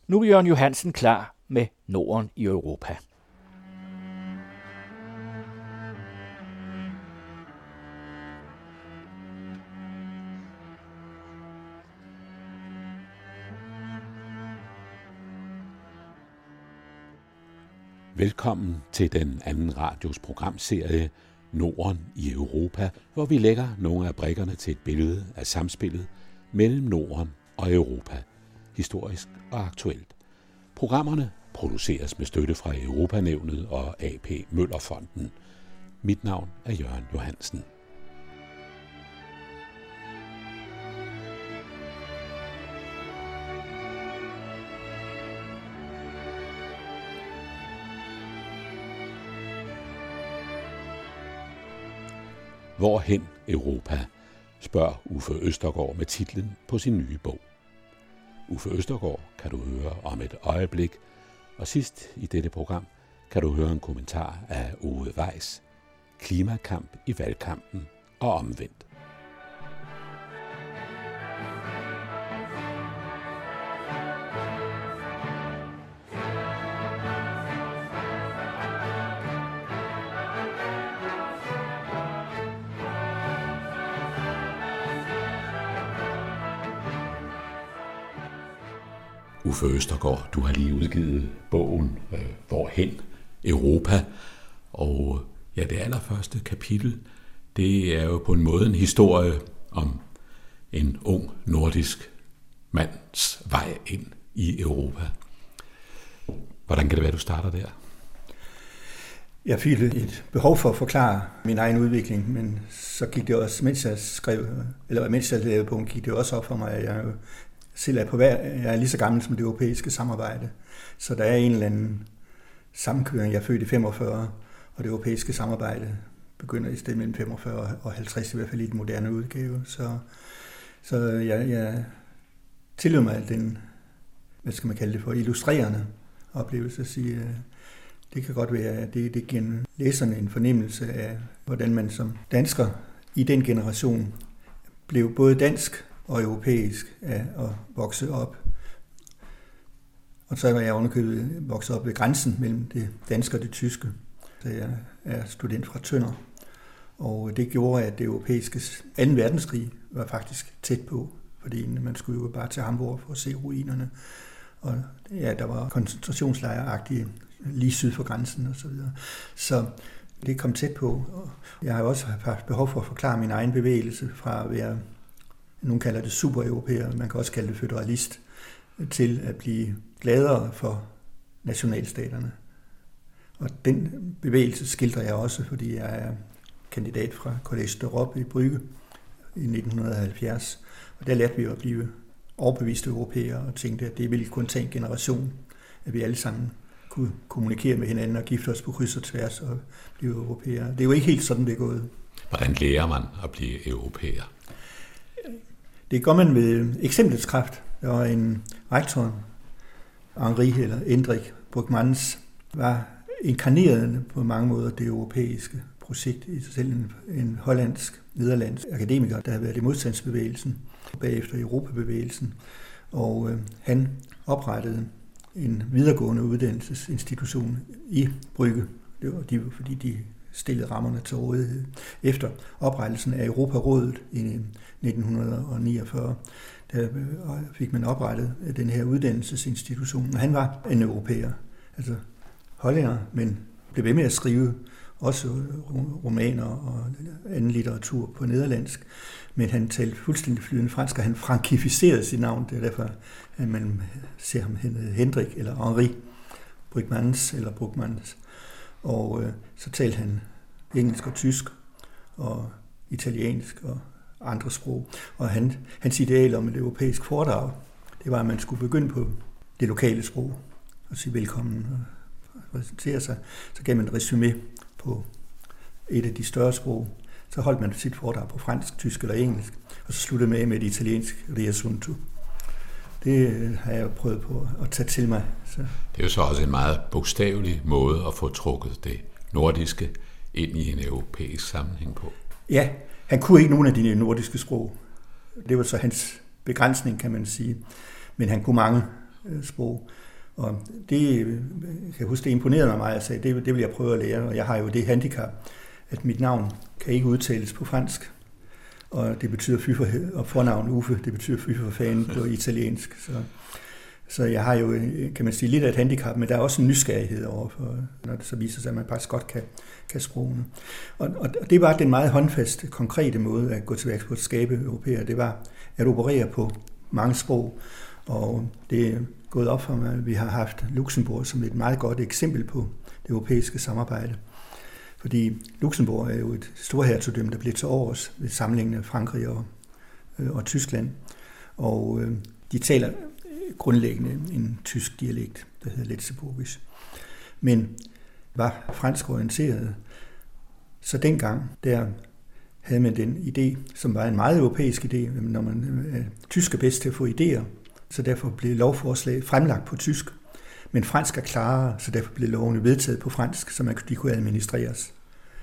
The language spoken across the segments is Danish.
Nu er Jørgen Johansen klar med Norden i Europa. Velkommen til den anden radios programserie Norden i Europa, hvor vi lægger nogle af brikkerne til et billede af samspillet mellem Norden og Europa, historisk og aktuelt. Programmerne produceres med støtte fra Europanævnet og AP Møllerfonden. Mit navn er Jørgen Johansen. Hvorhen Europa, spørger Uffe Østergaard med titlen på sin nye bog. Uffe Østergaard kan du høre om et øjeblik, og sidst i dette program kan du høre en kommentar af Ove Weiss, klimakamp i valgkampen og omvendt. Uffe Østergaard, du har lige udgivet bogen Hvorhen Europa, og ja, det allerførste kapitel, det er jo på en måde en historie om en ung nordisk mands vej ind i Europa. Hvordan kan det være, du starter der? Jeg fik et behov for at forklare min egen udvikling, men så gik det også, mens jeg lavede bogen, gik det også op for mig, at jeg selv jeg er lige så gammel som det europæiske samarbejde. Så der er en eller anden sammenkøring. Jeg er født i 45, og det europæiske samarbejde begynder i stedet mellem 45 og 50, i hvert fald i den moderne udgave. Så jeg tillod mig den, hvad skal man kalde det for, illustrerende oplevelse at sige, det kan godt være, at det giver læserne en fornemmelse af, hvordan man som dansker i den generation blev både dansk og europæisk af at vokse op. Og så var jeg ovenikøbet vokset op ved grænsen mellem det danske og det tyske. Så jeg er student fra Tønder. Og det gjorde, at det europæiske 2. verdenskrig var faktisk tæt på. Fordi man skulle jo bare til Hamburg for at se ruinerne. Og ja, der var koncentrationslejre-agtige lige syd for grænsen og så videre. Så det kom tæt på. Jeg har også haft behov for at forklare min egen bevægelse fra at være, nogen kalder det supereuropæer, man kan også kalde det føderalist, til at blive gladere for nationalstaterne. Og den bevægelse skildrer jeg også, fordi jeg er kandidat fra Collège d'Europe i Brygge i 1970. Og der lærte vi at blive overbeviste europæere og tænkte, at det ville kun tage en generation, at vi alle sammen kunne kommunikere med hinanden og gifte os på kryds og tværs og blive europæere. Det er jo ikke helt sådan, det er gået. Hvordan lærer man at blive europæer? Det gør man ved eksemplets kraft. Der var en rektor, Henri eller Hendrik Brugmans, var inkarnerende på mange måder det europæiske projekt i sig selv. En hollandsk-nederlandsk akademiker, der havde været i modstandsbevægelsen, bagefter Europabevægelsen. Og han oprettede en videregående uddannelsesinstitution i Brygge. Det var fordi de stillede rammerne til rådighed. Efter oprettelsen af Europarådet i 1949, der fik man oprettet den her uddannelsesinstitution. Og han var en europæer, altså hollænder, men blev ved med at skrive også romaner og anden litteratur på nederlandsk. Men han talte fuldstændig flydende fransk, og han frankificerede sit navn. Det er derfor, at man ser ham Hendrik eller Henri Brugmans. Og så talte han engelsk og tysk og italiensk og andre sprog. Og hans ideal om et europæisk foredrag, det var, at man skulle begynde på det lokale sprog og sige velkommen og præsentere sig. Så gav man et resumé på et af de større sprog. Så holdt man sit foredrag på fransk, tysk eller engelsk, og så sluttede med et italiensk riassunto. Det har jeg prøvet på at tage til mig. Så. Det er jo så også en meget bogstavelig måde at få trukket det nordiske ind i en europæisk sammenhæng på. Ja, han kunne ikke nogen af de nordiske sprog. Det var så hans begrænsning, kan man sige. Men han kunne mange. sprog. Og det, kan jeg huske, det imponerede mig meget. Jeg sagde, det vil jeg prøve at lære, og jeg har jo det handicap, at mit navn kan ikke udtales på fransk. Og det betyder og fornavn Uffe, det betyder fy for fanden på italiensk. Så jeg har jo, kan man sige, lidt af et handicap, men der er også en nysgerrighed overfor, når det så viser sig, at man faktisk godt kan sprogene. Og det var den meget håndfaste, konkrete måde at gå til værks på at skabe europæer. Det var at operere på mange sprog, og det er gået op for mig, at vi har haft Luxembourg som et meget godt eksempel på det europæiske samarbejde. Fordi Luxembourg er jo et storhertugdømme, der blev til års ved samlingen af Frankrig og Tyskland. Og de taler grundlæggende en tysk dialekt, der hedder Letzeburgisk. Men var fransk orienteret. Så dengang, der havde man den idé, som var en meget europæisk idé, når man tysk er bedst til at få idéer, så derfor blev lovforslag fremlagt på tysk. Men fransk er klarere, så derfor blev lovene vedtaget på fransk, så de kunne administreres.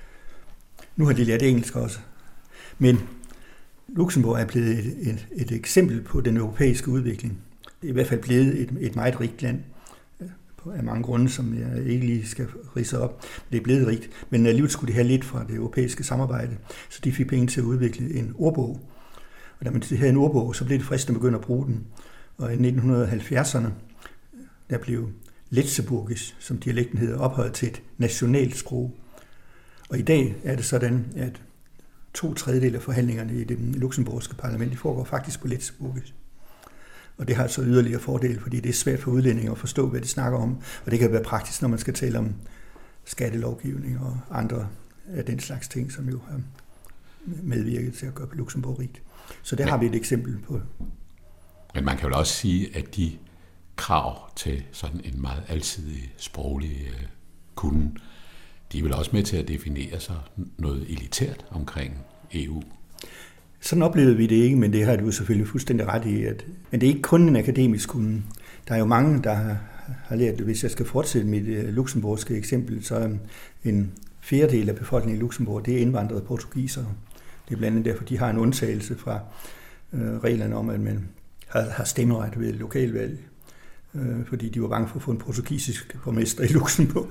Nu har de lært engelsk også. Men Luxembourg er blevet et eksempel på den europæiske udvikling. Det er i hvert fald blevet et meget rigt land, af mange grunde, som jeg ikke lige skal ridse op. Det er blevet rigt, men alligevel skulle de have lidt fra det europæiske samarbejde, så de fik penge til at udvikle en ordbog. Og da man havde en ordbog, så blev det fristende at begynde at bruge den. Og i 1970'erne, der blev Letzeburgisk, som dialekten hedder, ophøjet til et nationalt sprog. Og i dag er det sådan, at 2/3 af forhandlingerne i det luxemburgske parlament, de foregår faktisk på Letzeburgisk. Og det har altså yderligere fordel, fordi det er svært for udlændinge at forstå, hvad de snakker om. Og det kan være praktisk, når man skal tale om skattelovgivning og andre af den slags ting, som jo har medvirket til at gøre Luxembourg rigt. Så der har vi et eksempel på. Men man kan vel også sige, at de krav til sådan en meget alsidig sproglig kunde, de er vel også med til at definere sig noget elitært omkring EU. Sådan oplevede vi det ikke, men det har du selvfølgelig fuldstændig ret i. Men det er ikke kun en akademisk kunde. Der er jo mange, der har lært det. Hvis jeg skal fortsætte mit luxemburgske eksempel, så en fjerdedel af befolkningen i Luxembourg, det er indvandrede portugisere. Det er blandt andet derfor, de har en undtagelse fra reglerne om, at man har stemmeret ved lokalvalg, fordi de var bange for at få en portugisisk borgmester i Luxembourg.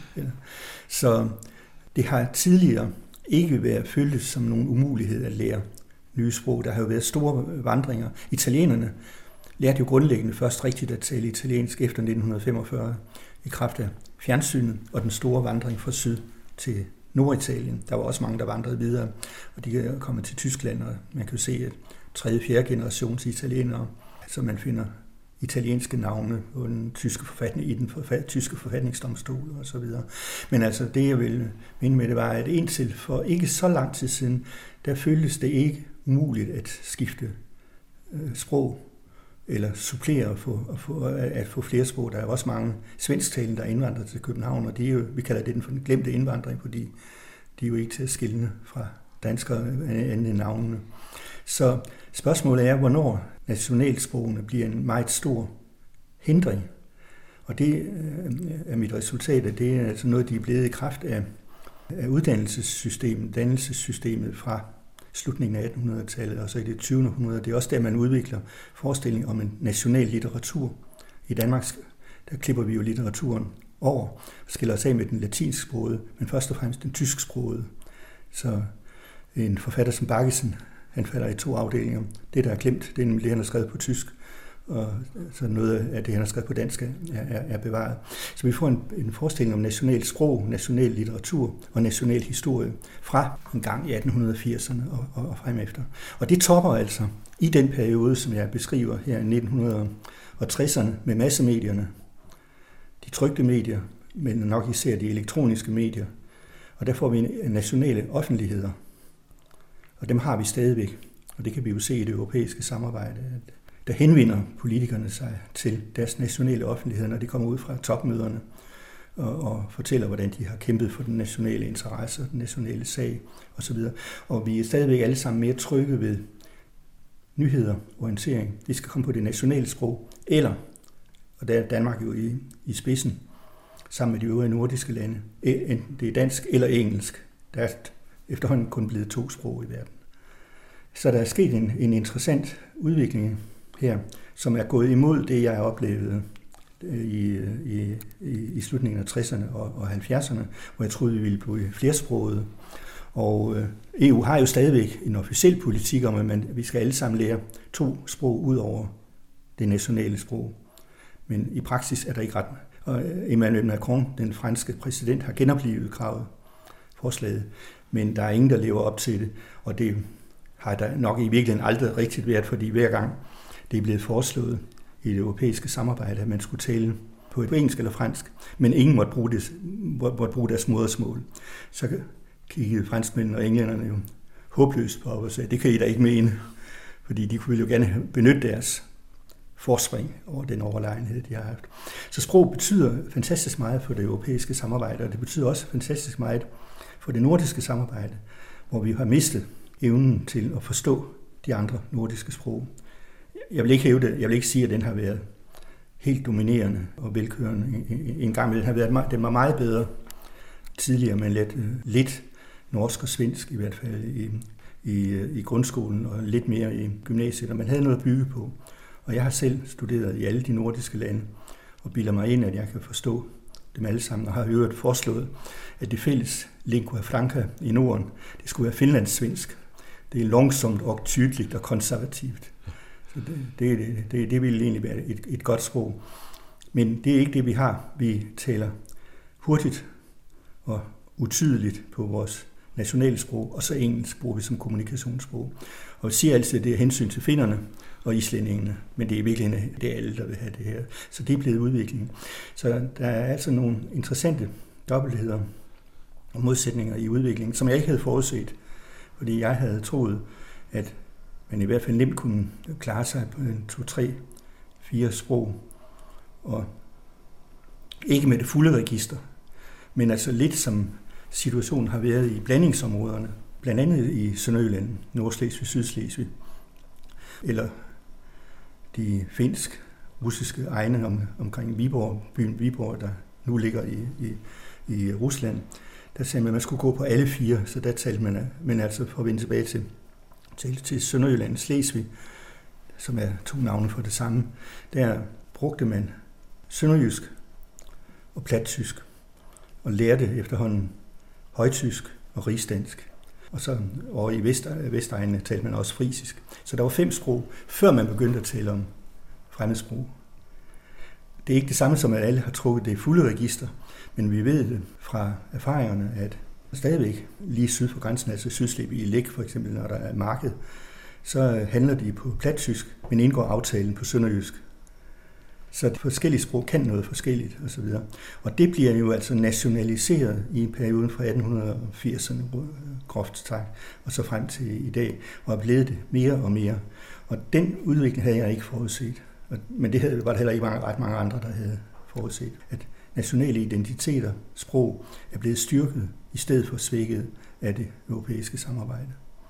Så det har tidligere ikke været følt som nogen umulighed at lære nye sprog. Der har jo været store vandringer. Italienerne lærte jo grundlæggende først rigtigt at tale italiensk efter 1945 i kraft af fjernsynet og den store vandring fra syd til Norditalien. Der var også mange, der vandrede videre, og de er kommet til Tyskland, og man kan jo se, at 3. og 4. generations italienere, så man finder italienske navne på den tyske forfatning, i den tyske forfatningsdomstol og så videre. Men altså det, jeg vil mene med det, var, at indtil for ikke så lang tid siden, der føltes det ikke muligt at skifte sprog eller supplere at få flere sprog. Der er også mange svensktalende, der er indvandret til København, og det er jo, vi kalder det den glemte indvandring, fordi de er jo ikke til at skille fra danskere andet end navnene. Så spørgsmålet er, hvornår nationalsprogene bliver en meget stor hindring. Og det er mit resultat, at det er altså noget, de er blevet i kraft af uddannelsessystemet, dannelsessystemet fra slutningen af 1800-tallet og så i det 20. århundrede. Det er også der, man udvikler forestilling om en national litteratur. I Danmark, der klipper vi jo litteraturen over og skiller os af med den latinsksprogede, men først og fremmest den tysksprogede. Så en forfatter som Baggesen, han falder i 2 afdelinger. Det, der er glemt, det er nemlig det, han har skrevet på tysk, og så noget af det, han har skrevet på dansk, er bevaret. Så vi får en forestilling om national sprog, national litteratur og national historie fra en gang i 1880'erne og frem efter. Og det topper altså i den periode, som jeg beskriver her i 1960'erne med massemedierne, de trykte medier, men nok især de elektroniske medier. Og der får vi nationale offentligheder. Og dem har vi stadigvæk, og det kan vi jo se i det europæiske samarbejde. Der henvender politikerne sig til deres nationale offentlighed, når de kommer ud fra topmøderne og fortæller, hvordan de har kæmpet for den nationale interesse, den nationale sag osv. Og vi er stadigvæk alle sammen mere trygge ved nyheder, orientering. Det skal komme på det nationale sprog, eller, og der er Danmark jo i spidsen, sammen med de øvrige nordiske lande, enten det er dansk eller engelsk. Der er efterhånden kun blevet 2 sprog i verden. Så der er sket en interessant udvikling her, som er gået imod det, jeg oplevede i slutningen af 60'erne og 70'erne, hvor jeg troede, vi ville blive flersprogede. Og EU har jo stadigvæk en officiel politik om, at vi skal alle sammen lære 2 sprog ud over det nationale sprog. Men i praksis er der ikke ret. Og Emmanuel Macron, den franske præsident, har genoplivet forslaget, men der er ingen, der lever op til det. Og det har der nok i virkeligheden aldrig rigtigt været, fordi hver gang det er blevet foreslået i det europæiske samarbejde, at man skulle tale på engelsk eller fransk, men ingen måtte bruge deres modersmål. Så kiggede franskmændene og englænderne jo håbløst på og sagde, det kan I da ikke mene, fordi de ville jo gerne benytte deres forspring over den overlegenhed, de har haft. Så sprog betyder fantastisk meget for det europæiske samarbejde, og det betyder også fantastisk meget for det nordiske samarbejde, hvor vi har mistet evnen til at forstå de andre nordiske sprog. Jeg vil ikke sige, at den har været helt dominerende og velkørende. En gang den var meget bedre tidligere, men lidt norsk og svensk i hvert fald i grundskolen og lidt mere i gymnasiet, og man havde noget at bygge på. Og jeg har selv studeret i alle de nordiske lande og bilder mig ind, at jeg kan forstå dem alle sammen, og har øvrigt foreslået, at det fælles lingua franca i Norden, det skulle være finlandssvensk. Det er langsomt og tydeligt og konservativt. Så det vil egentlig være et godt sprog. Men det er ikke det, vi har. Vi taler hurtigt og utydeligt på vores nationale sprog, og så engelsk bruger vi som kommunikationssprog. Og vi siger altid, at det er hensyn til finnerne og islændingene, men det er virkelig det er alle, der vil have det her. Så det er blevet udviklingen. Så der er altså nogle interessante dobbeltheder og modsætninger i udviklingen, som jeg ikke havde forudset, fordi jeg havde troet, at man i hvert fald nemt kunne klare sig på 2, 3, 4 sprog, og ikke med det fulde register, men altså lidt som situationen har været i blandingsområderne, blandt andet i Sønderjylland, Nordslesvig, Sydslesvig, eller de finsk-russiske egne omkring Viborg, byen Viborg, der nu ligger i Rusland. Der sagde man, at man skulle gå på alle 4, så der talte man, men altså for at vende tilbage til Sønderjylland, Slesvig, som er 2 navne for det samme, der brugte man sønderjysk og plattysk, og lærte efterhånden højtysk og rigsdansk. Og så over i Vestegnene talte man også frisisk. Så der var 5 sprog, før man begyndte at tale om fremmedsprog. Det er ikke det samme som, at alle har trukket det fulde register, men vi ved det fra erfaringerne, at stadigvæk lige syd for grænsen, altså Sydslesvig i Læk for eksempel, når der er marked, så handler de på plattysk, men indgår aftalen på sønderjysk. Så de forskellige sprog kan noget forskelligt osv. Og det bliver jo altså nationaliseret i perioden fra 1880'erne, groft sagt, og så frem til i dag, og er blevet det mere og mere. Og den udvikling havde jeg ikke forudset. Men det var der heller ikke ret mange andre, der havde forudset. At nationale identiteter, sprog, er blevet styrket i stedet for svækket af det europæiske samarbejde.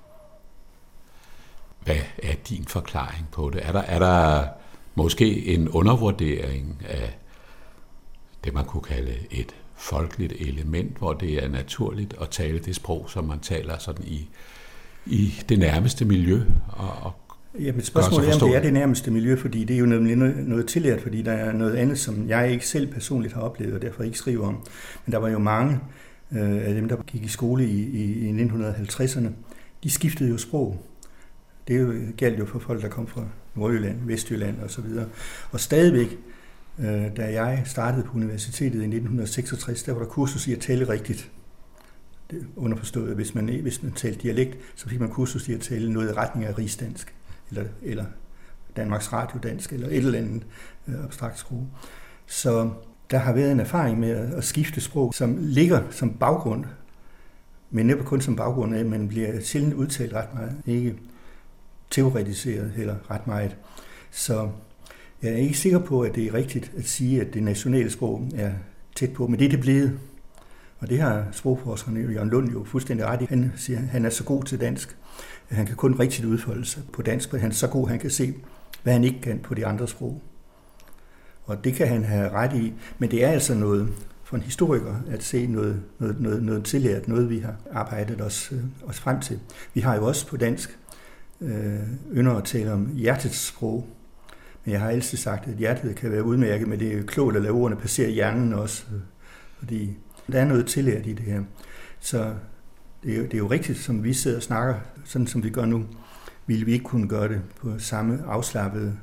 Hvad er din forklaring på det? Er der måske en undervurdering af det, man kunne kalde et folkeligt element, hvor det er naturligt at tale det sprog, som man taler sådan i det nærmeste miljø? Jamen spørgsmålet er, om det er det nærmeste miljø, fordi det er jo noget tillært, fordi der er noget andet, som jeg ikke selv personligt har oplevet, og derfor ikke skriver om. Men der var jo mange af dem, der gik i skole i 1950'erne, de skiftede jo sprog. Det galt jo for folk, der kom fra Nordjylland, Vestjylland osv. Og stadigvæk, da jeg startede på universitetet i 1966, der var der kursus i at tale rigtigt. Det underforstået, at hvis man talte dialekt, så fik man kursus i at tale noget i retning af rigsdansk, eller Danmarks Radiodansk, eller et eller andet abstrakt sprog. Så der har været en erfaring med at skifte sprog, som ligger som baggrund, men næppe kun som baggrund af, at man bliver sjældent udtalt ret meget, ikke teoretiseret heller ret meget. Så jeg er ikke sikker på, at det er rigtigt at sige, at det nationale sprog er tæt på, men det er det blevet. Og det har sprogforskeren Jørgen Lund jo fuldstændig ret i. Han siger, at han er så god til dansk, at han kan kun rigtigt udfolde sig på dansk, for han er så god, at han kan se, hvad han ikke kan på de andre sprog. Og det kan han have ret i, men det er altså noget for en historiker at se noget tillært, noget vi har arbejdet os frem til. Vi har jo også på dansk ynder at tale om hjertets sprog, Men jeg har altid sagt, at hjertet kan være udmærket, men det er klogt at lade ordene passere hjernen også, fordi der er noget tillært i det her. Så det er jo rigtigt, som vi sidder og snakker, sådan som vi gør nu, ville vi ikke kunne gøre det på samme afslappede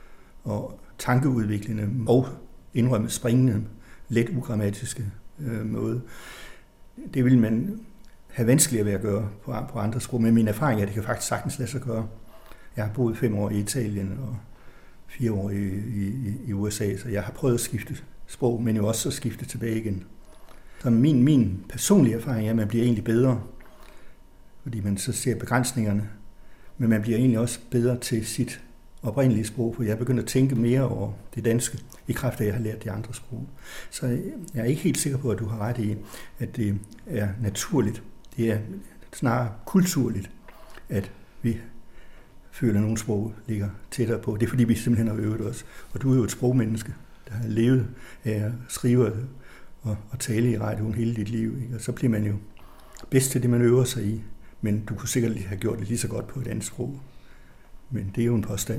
og tankeudviklende og indrømmet springende, let ugrammatiske måde. Det vil man have vanskeligere ved at gøre på andre sprog, men min erfaring er, at det kan faktisk sagtens lade sig gøre. Jeg har boet 5 år i Italien og 4 år i USA, så jeg har prøvet at skifte sprog, men jo også at skifte tilbage igen. Så min personlige erfaring er, at man bliver egentlig bedre, fordi man så ser begrænsningerne, men man bliver egentlig også bedre til sit oprindelige sprog, for jeg er begyndt at tænke mere over det danske, i kraft af, at jeg har lært de andre sprog. Så jeg er ikke helt sikker på, at du har ret i, at det er naturligt. Det er snarere kulturligt, at vi føler, at nogle sprog ligger tættere på. Det er fordi, vi simpelthen har øvet os. Og du er jo et sprogmenneske, der har levet af at skrive og tale i radioen hele dit liv. Ikke? Og så bliver man jo bedst til det, man øver sig i. Men du kunne sikkert have gjort det lige så godt på et andet sprog. Men det er jo en påstand.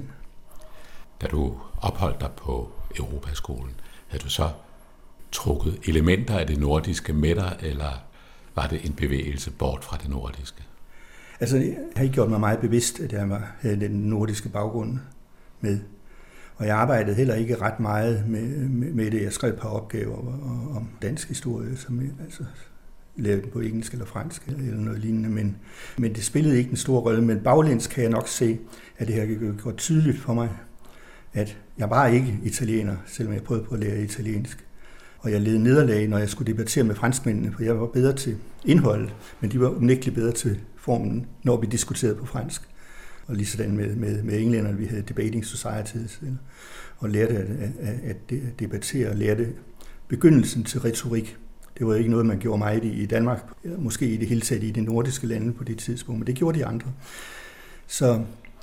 Da du opholdt dig på Europaskolen, havde du så trukket elementer af det nordiske med dig, eller var det en bevægelse bort fra det nordiske? Altså, jeg har ikke gjort mig meget bevidst, at jeg havde den nordiske baggrund med. Og jeg arbejdede heller ikke ret meget med det. Jeg skrev et par opgaver om dansk historie, som jeg altså lavede på engelsk eller fransk eller noget lignende. Men det spillede ikke en stor rolle. Men baglæns kan jeg nok se, at det her gjort tydeligt for mig, at jeg var ikke italiener, selvom jeg prøvede på at lære italiensk. Og jeg led nederlag, når jeg skulle debattere med franskmændene, for jeg var bedre til indholdet, men de var unægteligt bedre til formen, når vi diskuterede på fransk. Og lige sådan med englænderne, vi havde debating societies, og lærte at debattere, og lærte begyndelsen til retorik. Det var ikke noget, man gjorde meget i Danmark, eller måske i det hele taget i de nordiske lande på det tidspunkt, men det gjorde de andre. Så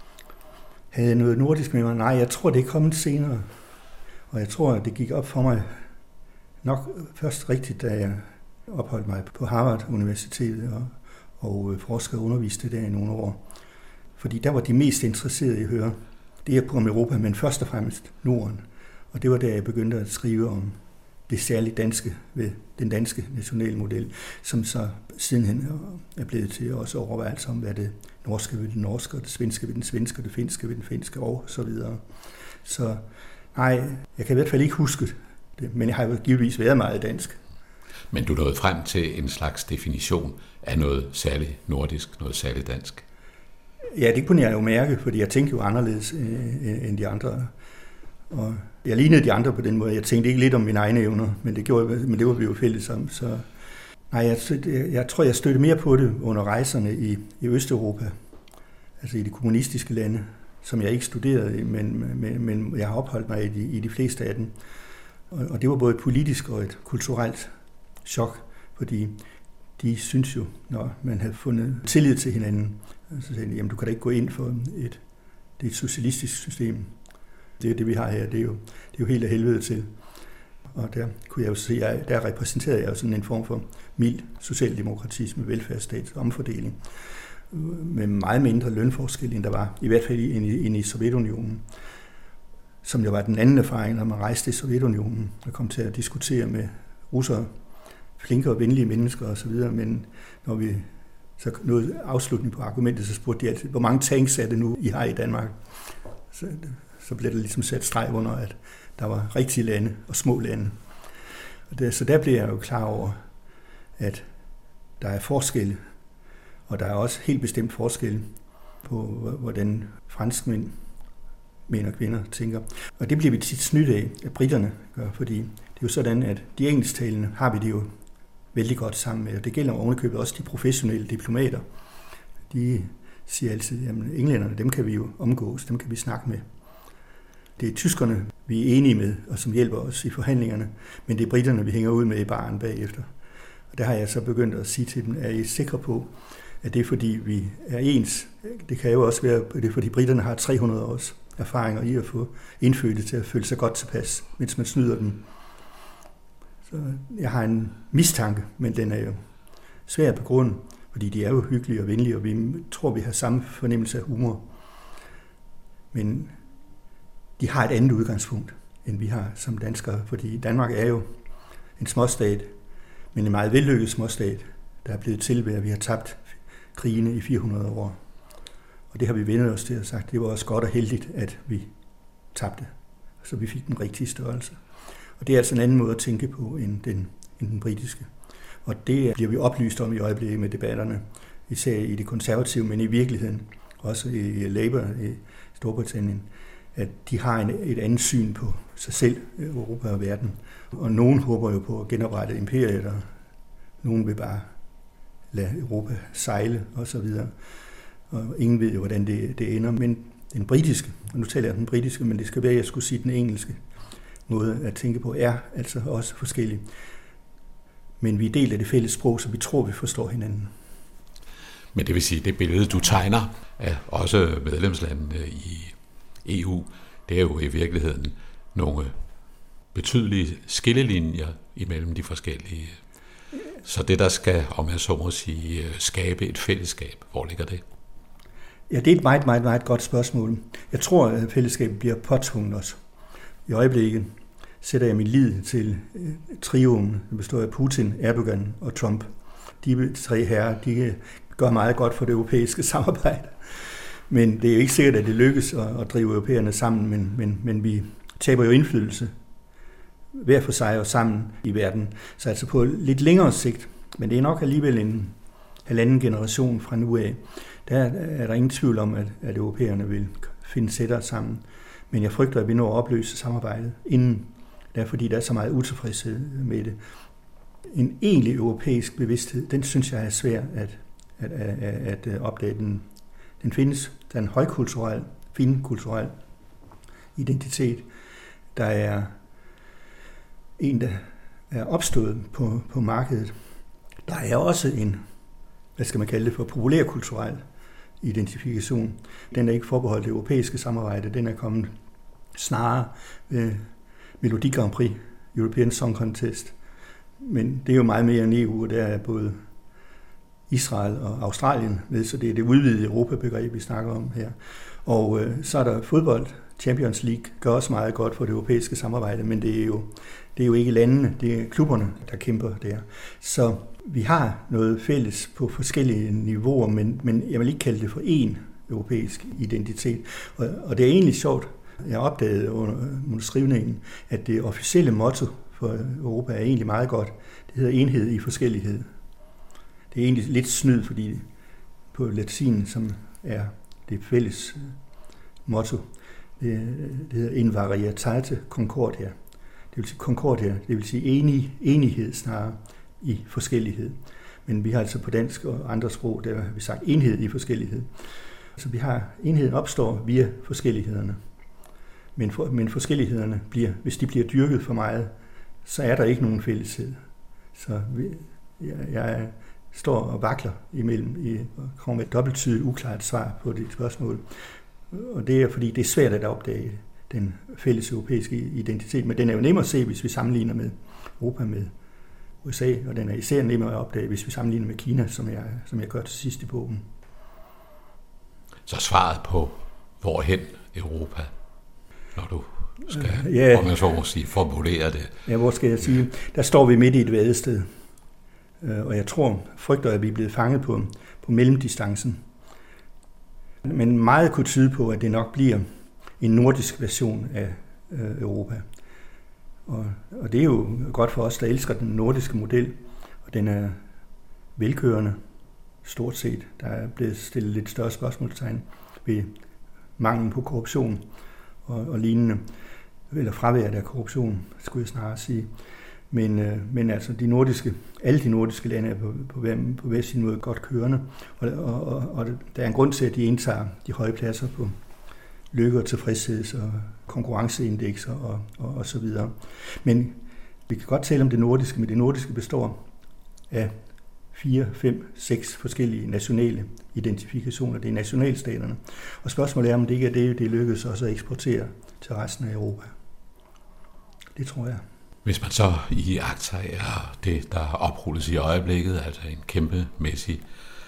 havde jeg noget nordisk med mig? Nej, jeg tror, det er kommet senere. Og jeg tror, det gik op for mig nok først rigtigt, da jeg opholdt mig på Harvard Universitetet og forskede og underviste der i nogle år. Fordi der var de mest interesserede i at høre det her om Europa, men først og fremmest Norden. Og det var der, jeg begyndte at skrive om det særligt danske ved den danske nationale model, som så sidenhen er blevet til også overvejelse om, hvad det norske ved det norske, og det svenske ved den svenske, og det finske ved den finske, og så videre. Så nej, jeg kan i hvert fald ikke huske det, men jeg har jo givetvis været meget dansk. Men du nåede frem til en slags definition af noget særligt nordisk, noget særligt dansk? Ja, det kunne jeg jo mærke, fordi jeg tænkte jo anderledes end de andre. Og jeg lignede de andre på den måde. Jeg tænkte ikke lidt om mine egne evner, men det var vi jo fælles om. Så nej, jeg tror, jeg stødte mere på det under rejserne i Østeuropa, altså i de kommunistiske lande, som jeg ikke studerede i, men jeg har opholdt mig i de fleste af dem. Og det var både et politisk og et kulturelt chok, fordi de synes jo, når man havde fundet tillid til hinanden, så sagde de, jamen du kan da ikke gå ind for det er et socialistisk system. Det vi har her, det er jo helt af helvede til. Og der kunne jeg jo se, der repræsenterede jeg jo sådan en form for mild socialdemokratisme, velfærdsstats omfordeling, med meget mindre lønforskel, end der var, i hvert fald ind i Sovjetunionen, som jo var den anden erfaring, når man rejste i Sovjetunionen og kom til at diskutere med russere, flinke og venlige mennesker osv., men når vi så nåede afslutning på argumentet, så spurgte de altid, hvor mange tanks er det nu, I har i Danmark? Så blev der ligesom sat streg under, at der var rigtige lande og små lande. Så der blev jeg jo klar over, at der er forskelle, og der er også helt bestemt forskelle på, hvordan franskmænd, mænd og kvinder tænker. Og det bliver vi tit snydt af, at britterne gør, fordi det er jo sådan, at de engelsktalende har vi det jo vældig godt sammen med, og det gælder ovenikøbet også de professionelle diplomater. De siger altid, at englænderne, dem kan vi jo omgås, dem kan vi snakke med. Det er tyskerne, vi er enige med, og som hjælper os i forhandlingerne, men det er britterne, vi hænger ud med i baren bagefter. Og der har jeg så begyndt at sige til dem, er I sikre på, at det er fordi, vi er ens? Det kan jo også være, at det er fordi, britterne har 300 års erfaringer i at få indfødte til at føle sig godt tilpas, mens man snyder dem. Så jeg har en mistanke, men den er jo svær på grund, fordi de er jo hyggelige og venlige, og vi tror, vi har samme fornemmelse af humor. Men de har et andet udgangspunkt, end vi har som danskere, fordi Danmark er jo en småstat, men en meget vellykket småstat, der er blevet til ved, at vi har tabt krigene i 400 år. Og det har vi vendt os til og sagt, det var også godt og heldigt, at vi tabte, så vi fik den rigtige størrelse. Og det er altså en anden måde at tænke på end den britiske. Og det bliver vi oplyst om i øjeblikket med debatterne, især i det konservative, men i virkeligheden også i Labour i Storbritannien, at de har et andet syn på sig selv, Europa og verden. Og nogen håber jo på at genoprette imperiet, og nogen vil bare lade Europa sejle osv. Og ingen ved jo, hvordan det ender. Men den britiske, og nu taler jeg den britiske, men det skal være, at jeg skulle sige den engelske måde at tænke på, er altså også forskellig. Men vi er del af det fælles sprog, så vi tror, vi forstår hinanden. Men det vil sige, at det billede, du tegner af også medlemslandene i EU, det er jo i virkeligheden nogle betydelige skillelinjer imellem de forskellige. Så det, der skal, om jeg så må sige, skabe et fællesskab, hvor ligger det? Ja, det er et meget, meget, meget godt spørgsmål. Jeg tror, at fællesskabet bliver påtvunget os. I øjeblikket sætter jeg min lid til trioen, der består af Putin, Erdogan og Trump. De tre herrer, de gør meget godt for det europæiske samarbejde. Men det er jo ikke sikkert, at det lykkes at drive europæerne sammen, men vi taber jo indflydelse hver for sig og sammen i verden. Så altså på lidt længere sigt, men det er nok alligevel en halvanden generation fra nu af, der er der ingen tvivl om, at europæerne vil finde sætter sammen. Men jeg frygter, at vi når at opløse samarbejdet inden. Det er fordi, der er så meget utilfredshed med det. En egentlig europæisk bevidsthed, den synes jeg er svær at opdage. Den findes. Der er en højkulturel, finkulturel identitet. Der er en, der er opstået på markedet. Der er også en, hvad skal man kalde det for, populærkulturel identifikation. Den er ikke forbeholdt det europæiske samarbejde. Den er kommet snarere ved Melodi Grand Prix, European Song Contest. Men det er jo meget mere end EU, og der er både Israel og Australien med, så det er det udvidede Europa-begreb, vi snakker om her. Og så er der fodbold. Champions League gør også meget godt for det europæiske samarbejde, men det er jo ikke landene, det er klubberne, der kæmper der. Så vi har noget fælles på forskellige niveauer, men jeg vil ikke kalde det for én europæisk identitet. Og det er egentlig sjovt, jeg opdagede under skrivningen, at det officielle motto for Europa er egentlig meget godt. Det hedder enhed i forskellighed. Det er egentlig lidt snyd, fordi på latin, som er det fælles motto, det hedder in varietate concordia. Det vil sige concordia, det vil sige enighed snarere i forskellighed. Men vi har altså på dansk og andre sprog, der har vi sagt enhed i forskellighed. Så vi har, enheden opstår via forskellighederne. Men forskellighederne bliver, hvis de bliver dyrket for meget, så er der ikke nogen fælleshed. Så jeg står og vakler imellem og kommer med et dobbelttydigt uklart svar på det spørgsmål. Og det er fordi, det er svært at opdage den fælles europæiske identitet, men den er jo nemmere at se, hvis vi sammenligner med Europa med USA, og den er især nemmere at opdage, hvis vi sammenligner med Kina, som jeg gør til sidst i bogen. Så svaret på, hvorhen Europa, når du skal, om man så må sige, formulere det. Ja, hvor skal jeg sige? Der står vi midt i et vadested, og jeg frygter, at vi er blevet fanget på mellemdistancen. Men meget kunne tyde på, at det nok bliver en nordisk version af Europa. Og det er jo godt for os, der elsker den nordiske model, og den er velkørende stort set. Der er blevet stillet lidt større spørgsmålstegn ved manglen på korruption og lignende, eller fraværet af korruption, skulle jeg snarere sige. Men altså alle de nordiske lande er på hver sin måde godt kørende, og der er en grund til, at de indtager de høje pladser på lykke- og tilfredsheds- og konkurrenceindekser og så videre. Men vi kan godt tale om det nordiske, men det nordiske består af 4, 5, 6 forskellige nationale identifikationer. Det er nationalstaterne. Og spørgsmålet er, om det ikke er det lykkes også at eksportere til resten af Europa. Det tror jeg. Hvis man så iagttager det, der oprulles i øjeblikket, altså en kæmpemæssig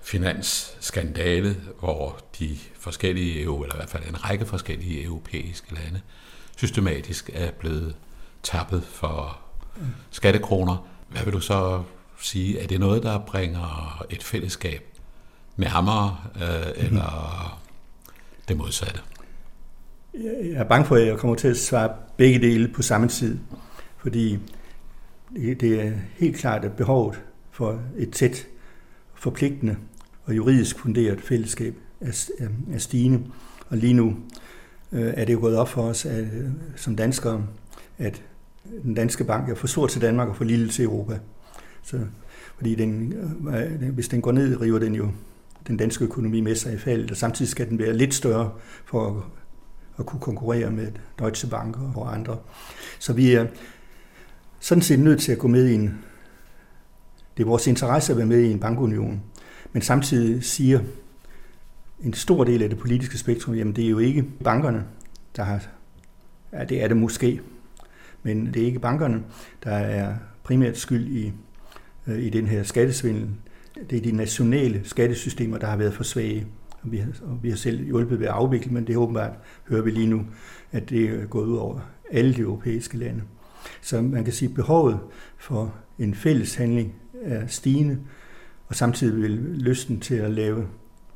finansskandale, hvor de forskellige eller i hvert fald en række forskellige europæiske lande systematisk er blevet tappet for skattekroner. Hvad vil du så sige? Er det noget, der bringer et fællesskab nærmere, eller det modsatte? Jeg er bange for, at jeg kommer til at svare begge dele på samme tid, fordi det er helt klart, at behovet for et tæt, forpligtende og juridisk funderet fællesskab er stigende. Og lige nu er det jo gået op for os som danskere, at den danske bank er for stor til Danmark og for lille til Europa. Så, fordi hvis den går ned, river den jo den danske økonomi med sig i faldet, og samtidig skal den være lidt større for at kunne konkurrere med Deutsche Bank og andre. Så vi er sådan set nødt til at gå med i det er vores interesse at være med i en bankunion, men samtidig siger en stor del af det politiske spektrum, jamen det er jo ikke bankerne, der har, ja det er det måske, men det er ikke bankerne, der er primært skyld i den her skattesvindel. Det er de nationale skattesystemer, der har været for svage. Og vi har selv hjulpet ved at afvikle, men det er åbenbart, hører vi lige nu, at det er gået ud over alle de europæiske lande. Så man kan sige, at behovet for en fælles handling er stigende, og samtidig vil lysten til at lave,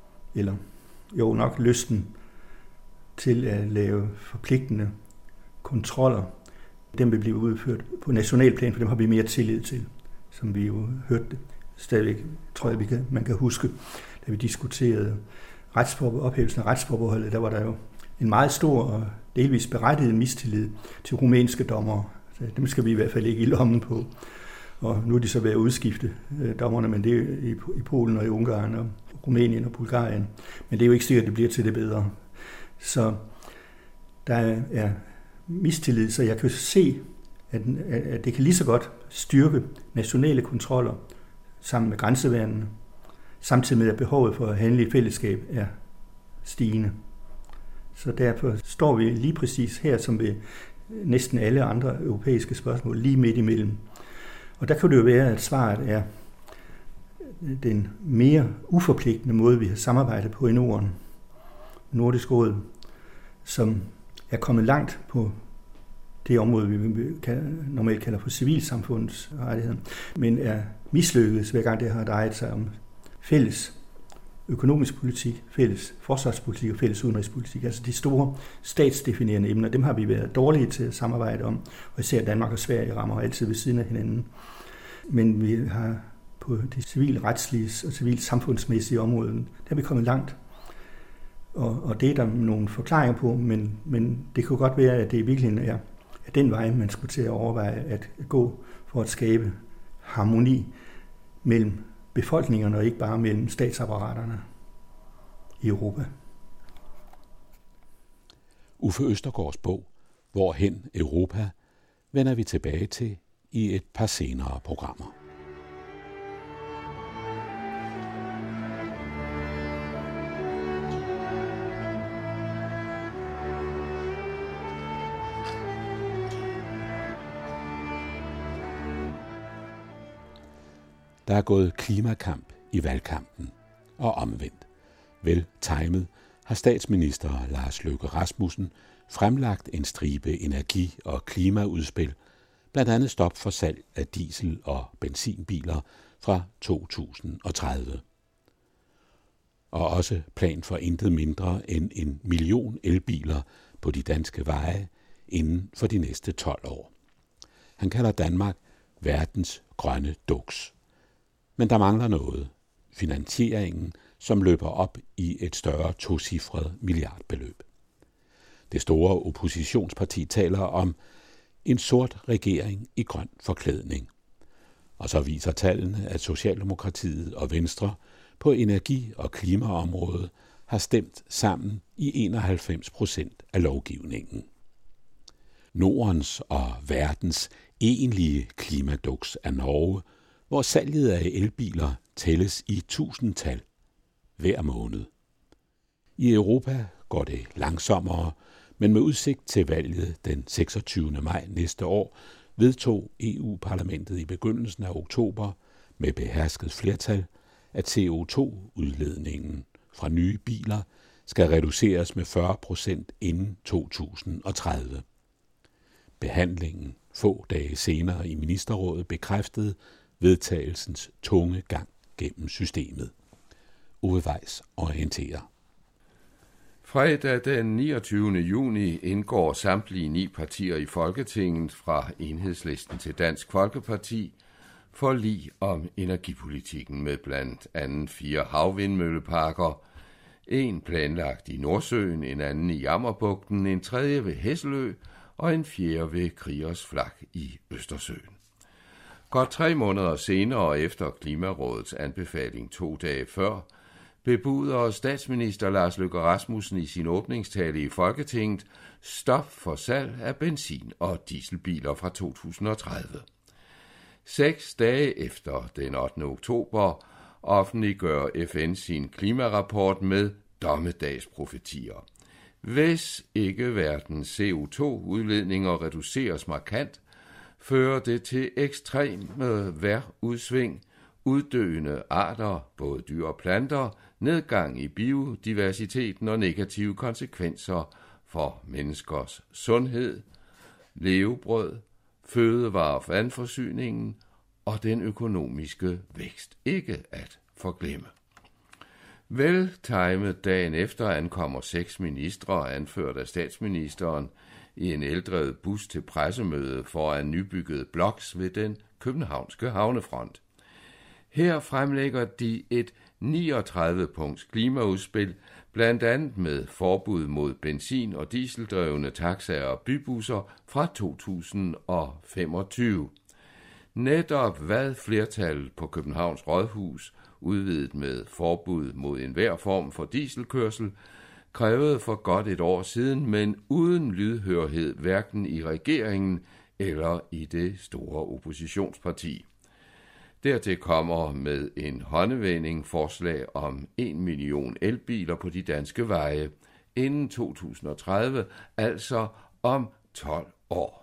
lysten til at lave forpligtende kontroller, den vil blive udført på nationalplan, for dem har vi mere tillid til, som vi jo hørte stadigvæk, tror jeg, man kan huske, da vi diskuterede ophævelsen af retsforbeholdet, der var der jo en meget stor og delvis berettiget mistillid til rumænske dommere. Så dem skal vi i hvert fald ikke i lommen på. Og nu er de så ved at udskifte dommerne, men det er i Polen og i Ungarn og Rumænien og Bulgarien. Men det er jo ikke sikkert, at det bliver til det bedre. Så der er mistillid, så jeg kan se, at det kan lige så godt styrke nationale kontroller sammen med grænseværnene, samtidig med at behovet for at handle i fællesskab er stigende. Så derfor står vi lige præcis her, som ved næsten alle andre europæiske spørgsmål, lige midt imellem. Og der kan det jo være, at svaret er den mere uforpligtende måde, vi har samarbejdet på i Norden, Nordisk Råd, som er kommet langt på det område, vi normalt kalder for civilsamfundets rettigheder, men er mislykkedes, hver gang det har drejet sig om fælles økonomisk politik, fælles forsvarspolitik og fælles udenrigspolitik. Altså de store statsdefinerende emner, dem har vi været dårlige til at samarbejde om, og især Danmark og Sverige rammer altid ved siden af hinanden. Men vi har på de civilretslige og civilsamfundsmæssige områder, der er vi kommet langt. Og det er der nogle forklaringer på, men det kunne godt være, at det i virkeligheden er den vej, man skulle til at overveje at gå for at skabe harmoni mellem befolkningerne og ikke bare mellem statsapparaterne i Europa. Uffe Østergaards bog, Hvorhen Europa, vender vi tilbage til i et par senere programmer. Der er gået klimakamp i valgkampen, og omvendt. Vel timet har statsminister Lars Løkke Rasmussen fremlagt en stribe energi- og klimaudspil, blandt andet stop for salg af diesel- og benzinbiler fra 2030. Og også plan for intet mindre end 1 million elbiler på de danske veje inden for de næste 12 år. Han kalder Danmark verdens grønne duks. Men der mangler noget. Finansieringen, som løber op i et større tocifret milliardbeløb. Det store oppositionsparti taler om en sort regering i grøn forklædning. Og så viser tallene, at Socialdemokratiet og Venstre på energi- og klimaområdet har stemt sammen i 91% af lovgivningen. Nordens og verdens egentlige klimaduks er Norge, hvor salget af elbiler tælles i 1000-tal hver måned. I Europa går det langsommere, men med udsigt til valget den 26. maj næste år vedtog EU-parlamentet i begyndelsen af oktober med behersket flertal at CO2-udledningen fra nye biler skal reduceres med 40% inden 2030. Behandlingen få dage senere i ministerrådet bekræftede vedtagelsens tunge gang gennem systemet. Ove Weiss orienterer. Fredag den 29. juni indgår samtlige 9 partier i Folketinget fra Enhedslisten til Dansk Folkeparti forlig om energipolitikken med blandt andet 4 havvindmølleparker, en planlagt i Nordsøen, en anden i Jammerbugten, en tredje ved Hesselø og en fjerde ved Kriegers Flak i Østersøen. Godt 3 måneder senere efter Klimarådets anbefaling 2 dage før, bebuder statsminister Lars Løkke Rasmussen i sin åbningstale i Folketinget stop for salg af benzin- og dieselbiler fra 2030. 6 dage efter den 8. oktober offentliggør FN sin klimarapport med dommedagsprofetier. Hvis ikke verdens CO2-udledninger reduceres markant, fører det til ekstreme vejrudsving, uddøende arter, både dyr og planter, nedgang i biodiversiteten og negative konsekvenser for menneskers sundhed, levebrød, fødevare- og vandforsyningen og den økonomiske vækst. Ikke at forglemme. Veltimet dagen efter ankommer 6 ministre, anført af statsministeren, i en eldrevet bus til pressemøde foran nybyggede bloks ved den københavnske havnefront. Her fremlægger de et 39-punkts klimaudspil, blandt andet med forbud mod benzin- og dieseldrevne taxaer og bybusser fra 2025. Netop hvad flertallet på Københavns Rådhus, udvidet med forbud mod enhver form for dieselkørsel, krævede for godt et år siden, men uden lydhørhed hverken i regeringen eller i det store oppositionsparti. Dertil kommer med en håndevending forslag om 1 million elbiler på de danske veje inden 2030, altså om 12 år.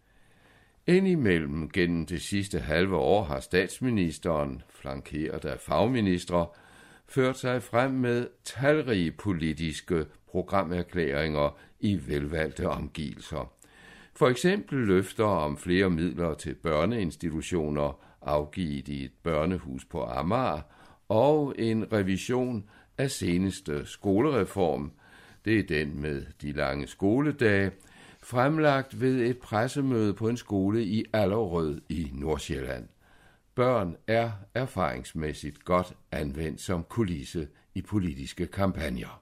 Indimellem gennem det sidste halve år har statsministeren, flankeret af fagministre, ført sig frem med talrige politiske programerklæringer i velvalgte omgivelser. For eksempel løfter om flere midler til børneinstitutioner, afgivet i et børnehus på Amager, og en revision af seneste skolereform, det er den med de lange skoledage, fremlagt ved et pressemøde på en skole i Allerød i Nordsjælland. Børn er erfaringsmæssigt godt anvendt som kulisse i politiske kampagner.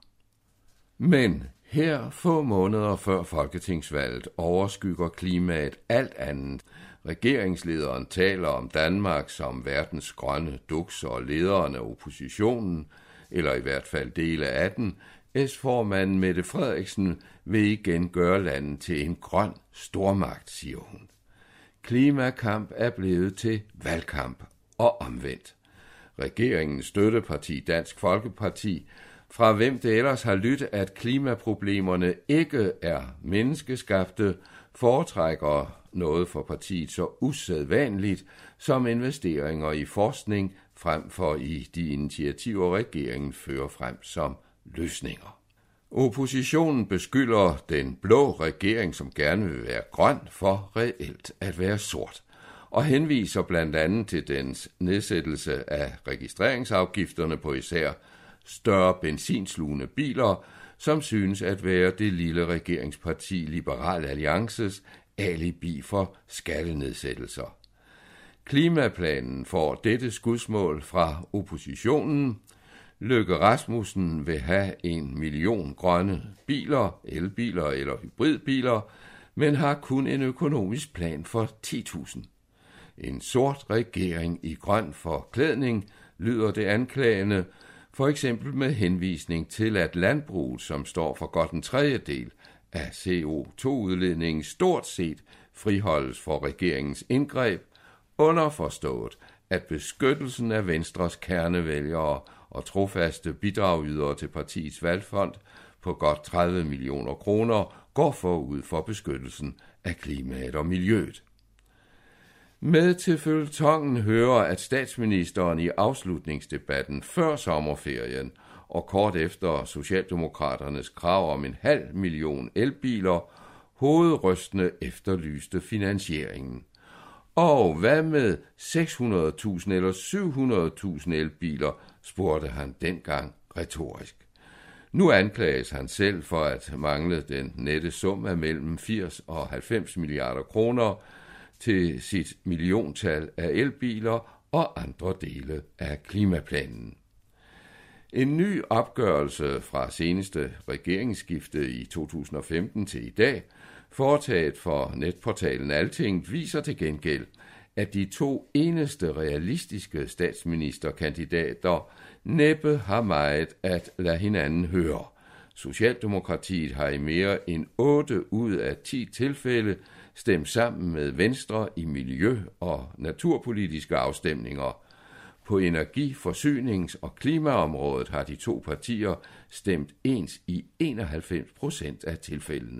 Men her få måneder før folketingsvalget overskygger klimaet alt andet. Regeringslederen taler om Danmark som verdens grønne duks, og lederen af oppositionen, eller i hvert fald dele af den, S-formanden Mette Frederiksen, vil igen gøre landet til en grøn stormagt, siger hun. Klimakamp er blevet til valgkamp og omvendt. Regeringens støtteparti Dansk Folkeparti, fra hvem det ellers har lyttet, at klimaproblemerne ikke er menneskeskabte, foretrækker noget for partiet så usædvanligt som investeringer i forskning frem for i de initiativer, regeringen fører frem som løsninger. Oppositionen beskylder den blå regering, som gerne vil være grøn, for reelt at være sort, og henviser blandt andet til dens nedsættelse af registreringsafgifterne på især større benzinslugende biler, som synes at være det lille regeringsparti Liberal Alliances alibi for skattenedsættelser. Klimaplanen får dette skudsmål fra oppositionen. Løkke Rasmussen vil have 1 million grønne biler, elbiler eller hybridbiler, men har kun en økonomisk plan for 10.000. En sort regering i grøn forklædning, lyder det anklagende, for eksempel med henvisning til, at landbruget, som står for godt en tredjedel af CO2-udledningen, stort set friholdes for regeringens indgreb, underforstået, at beskyttelsen af Venstres kernevælgere og trofaste bidragydere til partiets valgfond på godt 30 millioner kroner går forud for beskyttelsen af klimaet og miljøet. Med til føljetongen hører, at statsministeren i afslutningsdebatten før sommerferien og kort efter Socialdemokraternes krav om 500.000 elbiler hovedrystende efterlyste finansieringen. Og hvad med 600.000 eller 700.000 elbiler, spurgte han dengang retorisk. Nu anklages han selv for at mangle den nette sum af mellem 80 og 90 milliarder kroner til sit milliontal af elbiler og andre dele af klimaplanen. En ny opgørelse fra seneste regeringsskifte i 2015 til i dag, foretaget for netportalen Altinget, viser til gengæld, at de to eneste realistiske statsministerkandidater næppe har meget at lade hinanden høre. Socialdemokratiet har i mere end 8 ud af 10 tilfælde stemt sammen med Venstre i miljø- og naturpolitiske afstemninger. På energi-, forsynings- og klimaområdet har de to partier stemt ens i 91% af tilfældene.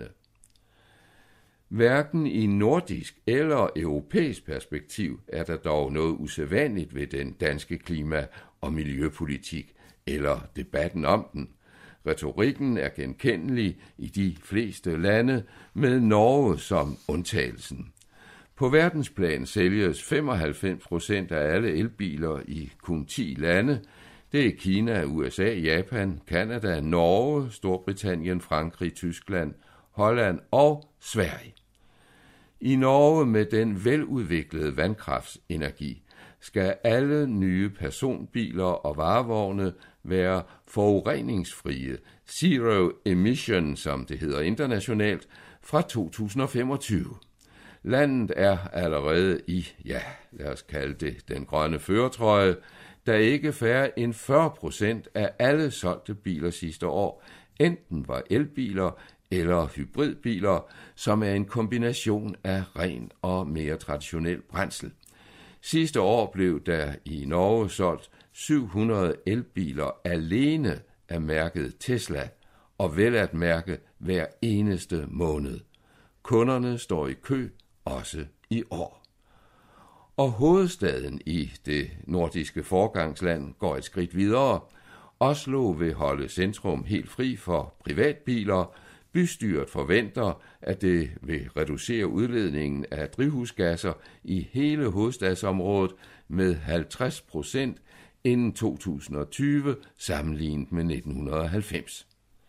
Hverken i nordisk eller europæisk perspektiv er der dog noget usædvanligt ved den danske klima- og miljøpolitik eller debatten om den. Retorikken er genkendelig i de fleste lande, med Norge som undtagelsen. På verdensplan sælges 95% af alle elbiler i kun 10 lande. Det er Kina, USA, Japan, Canada, Norge, Storbritannien, Frankrig, Tyskland, Holland og Sverige. I Norge med den veludviklede vandkraftsenergi skal alle nye personbiler og varevogne være forureningsfrie, zero emission, som det hedder internationalt, fra 2025. Landet er allerede i, lad os kalde det den grønne førertrøje, da ikke færre end 40% af alle solgte biler sidste år enten var elbiler eller hybridbiler, som er en kombination af ren og mere traditionel brændsel. Sidste år blev der i Norge solgt 700 elbiler alene af mærket Tesla, og vel at mærke hver eneste måned. Kunderne står i kø også i år. Og hovedstaden i det nordiske forgangsland går et skridt videre. Oslo vil holde centrum helt fri for privatbiler. Bystyret forventer, at det vil reducere udledningen af drivhusgasser i hele hovedstadsområdet med 50% inden 2020 sammenlignet med 1990.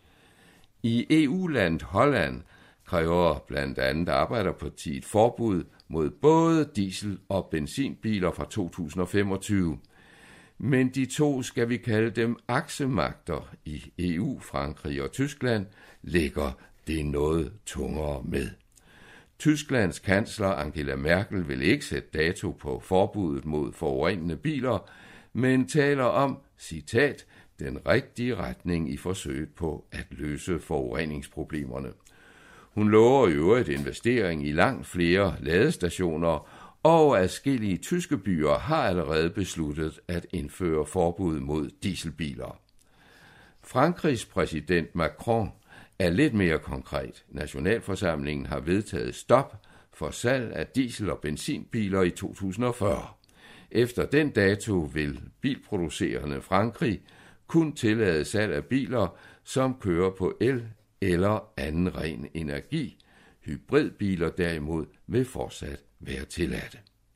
I EU-landet Holland kræver blandt andet Arbejderpartiet forbud mod både diesel- og benzinbiler fra 2025. Men de to, skal vi kalde dem aksemagter i EU, Frankrig og Tyskland, lægger det noget tungere med. Tysklands kansler Angela Merkel vil ikke sætte dato på forbuddet mod forurenende biler, men taler om, citat, den rigtige retning i forsøget på at løse forureningsproblemerne. Hun lover i øvrigt investering i langt flere ladestationer, og adskillige tyske byer har allerede besluttet at indføre forbud mod dieselbiler. Frankrigs præsident Macron er lidt mere konkret. Nationalforsamlingen har vedtaget stop for salg af diesel- og benzinbiler i 2040. Efter den dato vil bilproducerende Frankrig kun tillade salg af biler, som kører på el eller anden ren energi. Hybridbiler derimod vil fortsat være tilladte.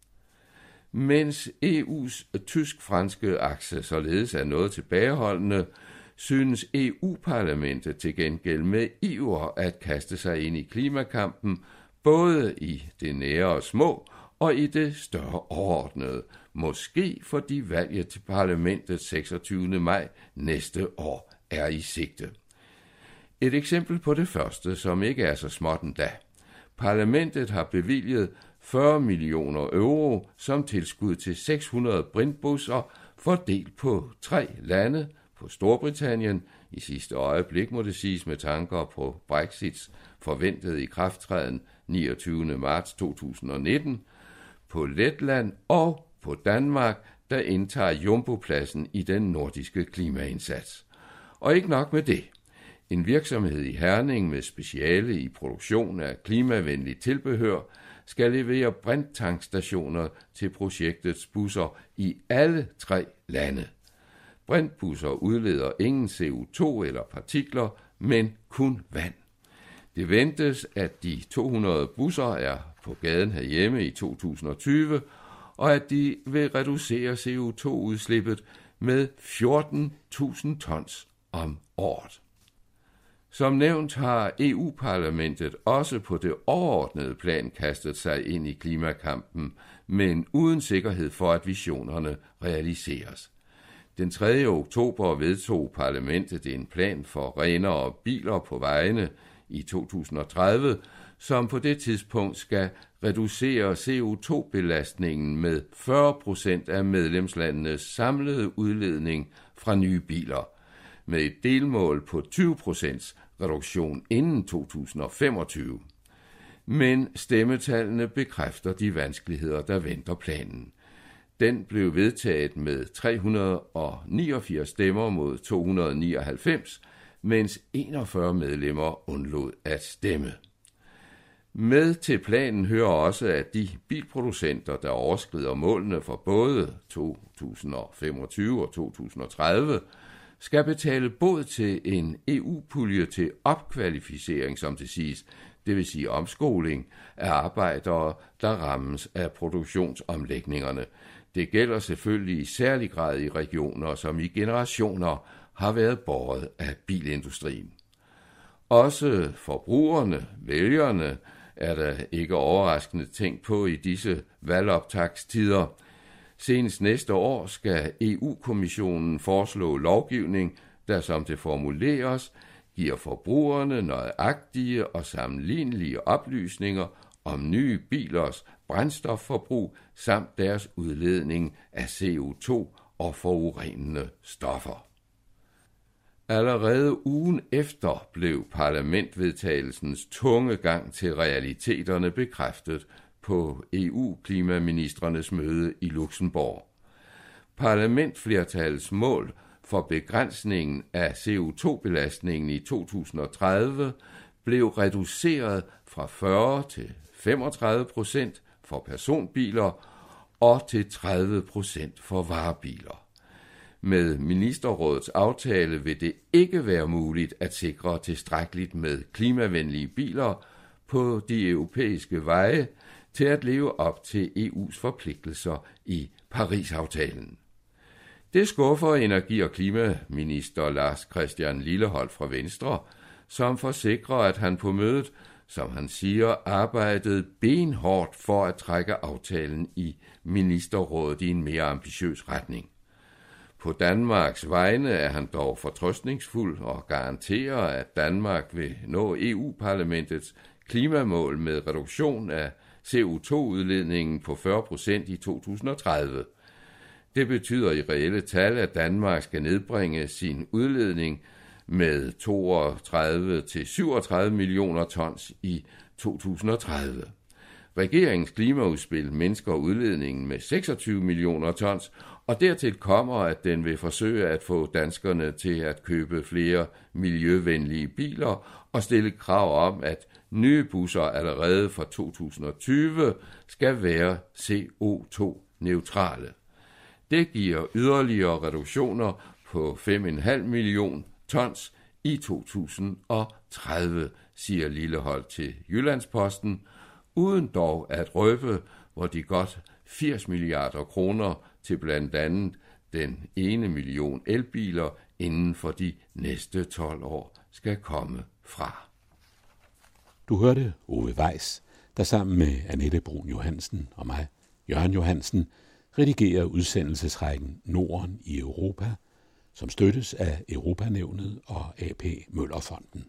Mens EU's tysk-franske akse således er noget tilbageholdende, synes EU-parlamentet til gengæld med iver at kaste sig ind i klimakampen, både i det nære og små og i det større overordnede, måske fordi valget til parlamentet 26. maj næste år er i sigte. Et eksempel på det første, som ikke er så småt endda. Parlamentet har bevilget 40 millioner euro som tilskud til 600 brintbusser fordelt på 3 lande, på Storbritannien, i sidste øjeblik må det siges med tanker på Brexits forventede ikrafttræden 29. marts 2019, på Letland og på Danmark, der indtager jumbopladsen i den nordiske klimaindsats. Og ikke nok med det. En virksomhed i Herning med speciale i produktion af klimavenligt tilbehør skal levere brinttankstationer til projektets busser i alle 3 lande. Brintbusser udleder ingen CO2 eller partikler, men kun vand. Det ventes, at de 200 busser er på gaden herhjemme i 2020, og at de vil reducere CO2-udslippet med 14.000 tons om året. Som nævnt har EU-parlamentet også på det overordnede plan kastet sig ind i klimakampen, men uden sikkerhed for, at visionerne realiseres. Den 3. oktober vedtog parlamentet en plan for renere biler på vejene i 2030, som på det tidspunkt skal reducere CO2-belastningen med 40% af medlemslandenes samlede udledning fra nye biler, med et delmål på 20% reduktion inden 2025. Men stemmetallene bekræfter de vanskeligheder, der venter planen. Den blev vedtaget med 389 stemmer mod 299, mens 41 medlemmer undlod at stemme. Med til planen hører også, at de bilproducenter, der overskrider målene for både 2025 og 2030, skal betale bod til en EU-pulje til opkvalificering, som det siges, det vil sige omskoling af arbejdere, der rammes af produktionsomlægningerne. Det gælder selvfølgelig i særlig grad i regioner, som i generationer har været båret af bilindustrien. Også forbrugerne, vælgerne, er der ikke overraskende tænkt på i disse valgoptagstider. Senest næste år skal EU-kommissionen foreslå lovgivning, der som det formuleres, giver forbrugerne nøjagtige og sammenlignelige oplysninger om nye bilers brændstofforbrug samt deres udledning af CO2 og forurenende stoffer. Allerede ugen efter blev parlamentvedtagelsens tunge gang til realiteterne bekræftet på EU-klimaministrenes møde i Luxembourg. Parlamentflertallets mål for begrænsningen af CO2-belastningen i 2030 blev reduceret fra 40 til 35% for personbiler og til 30% for varebiler. Med ministerrådets aftale vil det ikke være muligt at sikre tilstrækkeligt med klimavenlige biler på de europæiske veje til at leve op til EU's forpligtelser i Paris-aftalen. Det skuffer energi- og klimaminister Lars Christian Lilleholt fra Venstre, som forsikrer, at han på mødet, som han siger, arbejdede benhårdt for at trække aftalen i ministerrådet i en mere ambitiøs retning. På Danmarks vegne er han dog fortrøstningsfuld og garanterer, at Danmark vil nå EU-parlamentets klimamål med reduktion af CO2-udledningen på 40% i 2030. Det betyder i reelle tal, at Danmark skal nedbringe sin udledning med 32-37 millioner tons i 2030. Regeringens klimaudspil mindsker udledningen med 26 millioner tons, og dertil kommer, at den vil forsøge at få danskerne til at købe flere miljøvenlige biler og stille krav om, at nye busser allerede fra 2020 skal være CO2-neutrale. Det giver yderligere reduktioner på 5,5 million tons i 2030, siger Lilleholt til Jyllandsposten, uden dog at røbe, hvor de godt 80 milliarder kroner til blandt andet den 1 million elbiler inden for de næste 12 år skal komme fra. Du hørte Ove Weiss, der sammen med Annette Brun Johansen og mig, Jørgen Johansen, redigerer udsendelsesrækken Norden i Europa, som støttes af Europanævnet og AP Møllerfonden.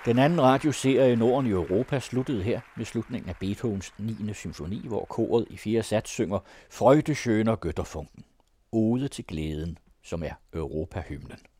Den anden radioserie Norden i Europa sluttede her med slutningen af Beethovens 9. symfoni, hvor koret i 4. sats synger Freude schöner Götterfunken, ode til glæden, som er Europahymnen.